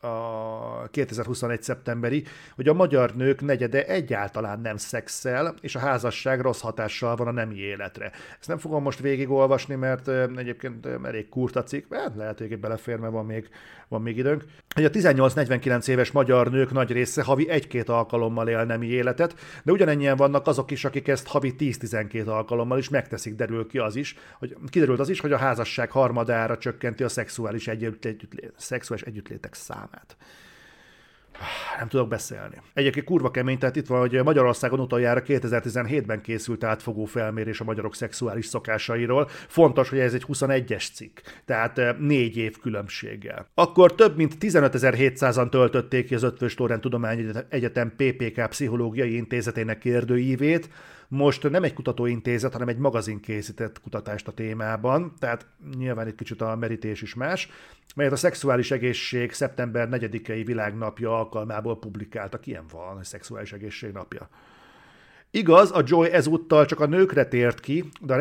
2021. szeptemberi, hogy a magyar nők negyede egyáltalán nem szexel, és a házasság rossz hatással van a nemi életre. Ezt nem fogom most végigolvasni, mert egyébként elég kurta cikk, lehet, hogy belefér, mert van még időnk. Hogy a 18-49 éves magyar nők nagy része havi 1-2 alkalommal él nemi életet, de ugyanennyien vannak azok is, akik ezt havi 10-12 alkalommal is megteszik, kiderült az is, hogy a házasság harmadára csökkenti a szexuális együttlétek számát. Nem tudok beszélni. Egyébként kurva kemény, tehát itt van, hogy Magyarországon utoljára 2017-ben készült átfogó felmérés a magyarok szexuális szokásairól. Fontos, hogy ez egy 21-es cikk, tehát 4 év különbséggel. Akkor több mint 15.700-an töltötték ki az Eötvös Loránd Tudományegyetem PPK Pszichológiai Intézetének kérdőívét. Most nem egy kutatóintézet, hanem egy magazin készített kutatást a témában, tehát nyilván egy kicsit a merítés is más, melyet a Szexuális Egészség szeptember 4-i világnapja alkalmából publikáltak. Ilyen van, a Szexuális Egészség napja. Igaz, a Joy ezúttal csak a nőkre tért ki, de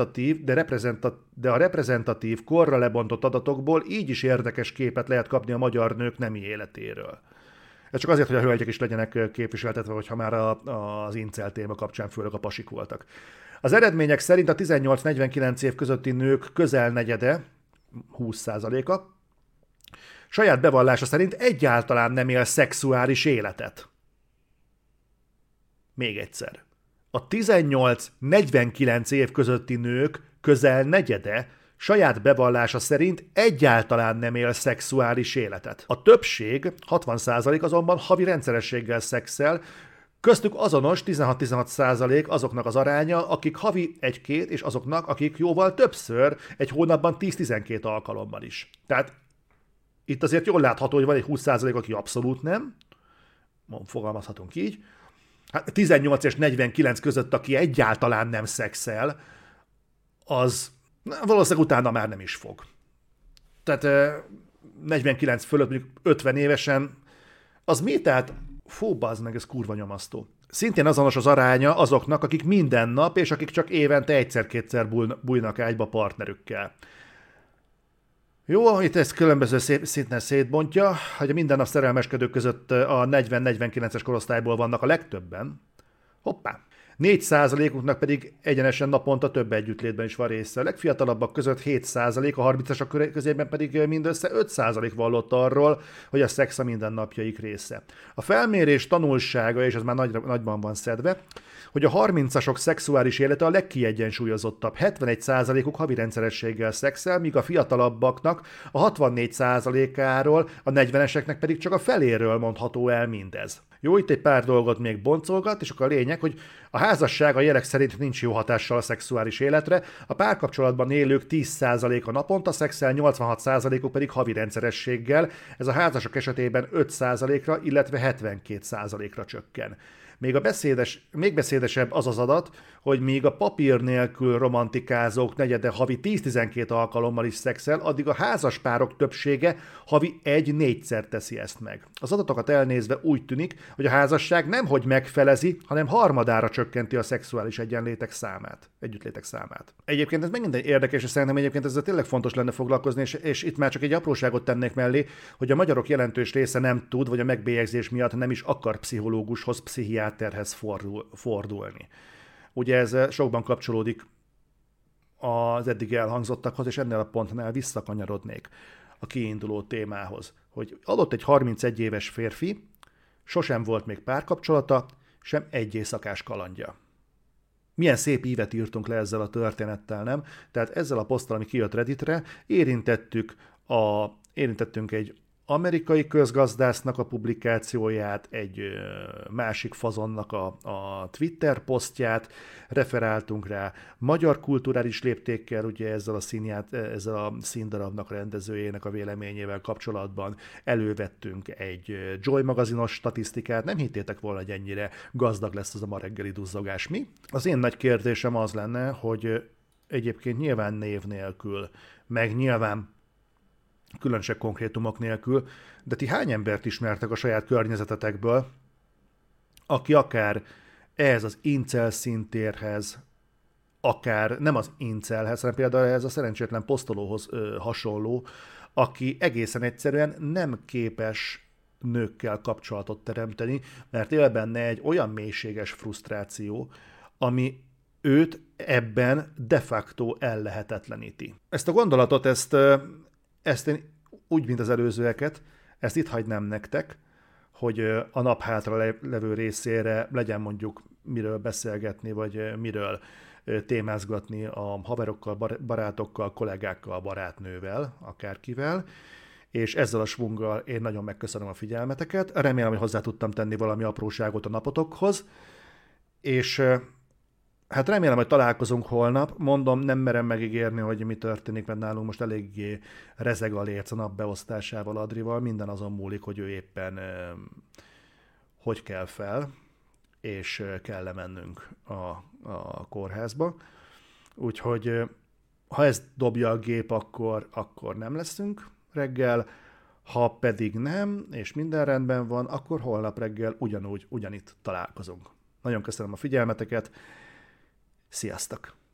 a reprezentatív korra lebontott adatokból így is érdekes képet lehet kapni a magyar nők nemi életéről. Ez csak azért, hogy a hölgyek is legyenek képviseltetve, hogyha már az incel téma kapcsán főleg a pasik voltak. Az eredmények szerint a 18-49 év közötti nők közel negyede, 20%-a, saját bevallása szerint egyáltalán nem él szexuális életet. Még egyszer. A 18-49 év közötti nők közel negyede saját bevallása szerint egyáltalán nem él szexuális életet. A többség, 60% azonban havi rendszerességgel szexel, köztük azonos 16-16% azoknak az aránya, akik havi 1-2, és azoknak, akik jóval többször, egy hónapban 10-12 alkalommal is. Tehát itt azért jól látható, hogy van egy 20%, aki abszolút nem, fogalmazhatunk így, hát 18 és 49 között, aki egyáltalán nem szexel, az valószínűleg utána már nem is fog. Tehát 49 fölött, mondjuk 50 évesen, az mi? Tehát, bazd meg, ez kurva nyomasztó. Szintén azonos az aránya azoknak, akik minden nap, és akik csak évente egyszer-kétszer bújnak ágyba partnerükkel. Jó, itt ezt különböző szinten szétbontja, hogy a minden nap szerelmeskedők között a 40-49-es korosztályból vannak a legtöbben. Hoppá! 4%-uknak pedig egyenesen naponta több együttlétben is van része. A legfiatalabbak között 7%, a 30-asok közében pedig mindössze 5% vallott arról, hogy a szex a mindennapjaik része. A felmérés tanulsága, és ez már nagyban van szedve, hogy a 30-asok szexuális élete a legkiegyensúlyozottabb. 71%-uk havi rendszerességgel szexel, míg a fiatalabbaknak a 64%-áról, a 40-eseknek pedig csak a feléről mondható el mindez. Jó, itt egy pár dolgot még boncolgat, és akkor a lényeg, hogy a házasság a jelek szerint nincs jó hatással a szexuális életre, a párkapcsolatban élők 10%-a naponta szexel, 86%-uk pedig havi rendszerességgel, ez a házasok esetében 5%-ra, illetve 72%-ra csökken. Még beszédesebb az az adat, hogy míg a papír nélkül romantikázók negyede havi 10-12 alkalommal is szexel, addig a házaspárok többsége havi 1-4-szer teszi ezt meg. Az adatokat elnézve úgy tűnik, hogy a házasság nemhogy megfelezi, hanem harmadára csökkenti a szexuális együttlétek számát. Egyébként ez megint érdekes, és szerintem egyébként ezzel tényleg fontos lenne foglalkozni, és itt már csak egy apróságot tennék mellé, hogy a magyarok jelentős része nem tud, vagy a megbélyegzés miatt nem is akar pszichológushoz, pszichiáterhez fordulni. Ugye ez sokban kapcsolódik az eddig elhangzottakhoz, és ennél a pontnál visszakanyarodnék a kiinduló témához, hogy adott egy 31 éves férfi, sosem volt még párkapcsolata, sem egy éjszakás kalandja. Milyen szép ívet írtunk le ezzel a történettel, nem? Tehát ezzel a poszttal, ami kijött Redditre, érintettünk egy amerikai közgazdásznak a publikációját, egy másik fazonnak a Twitter posztját, referáltunk rá magyar kulturális léptékkel, ugye ezzel a színdarabnak a rendezőjének a véleményével kapcsolatban elővettünk egy Joy magazinos statisztikát, nem hittétek volna, hogy ennyire gazdag lesz az a ma reggeli duzzogás. Mi? Az én nagy kérdésem az lenne, hogy egyébként nyilván név nélkül, meg nyilván különösebb konkrétumok nélkül, de ti hány embert ismertek a saját környezetetekből, aki akár ehhez az incel szintérhez, akár nem az incelhez, hanem például ehhez a szerencsétlen posztolóhoz hasonló, aki egészen egyszerűen nem képes nőkkel kapcsolatot teremteni, mert él benne egy olyan mélységes frusztráció, ami őt ebben de facto ellehetetleníti. Ezt a gondolatot, ezt én úgy, mint az előzőeket, ezt itt hagynám nektek, hogy a nap hátra levő részére legyen mondjuk miről beszélgetni, vagy miről témázgatni a haverokkal, barátokkal, kollégákkal, barátnővel, akárkivel, és ezzel a svunggal én nagyon megköszönöm a figyelmeteket. Remélem, hogy hozzá tudtam tenni valami apróságot a napotokhoz, és hát remélem, hogy találkozunk holnap. Mondom, nem merem megígérni, hogy mi történik, mert nálunk most eléggé rezeg a lérc a nap beosztásával, Adrival. Minden azon múlik, hogy ő éppen hogy kell fel, és kell mennünk a kórházba. Úgyhogy ha ezt dobja a gép, akkor nem leszünk reggel. Ha pedig nem, és minden rendben van, akkor holnap reggel ugyanitt találkozunk. Nagyon köszönöm a figyelmeteket. Sziasztok!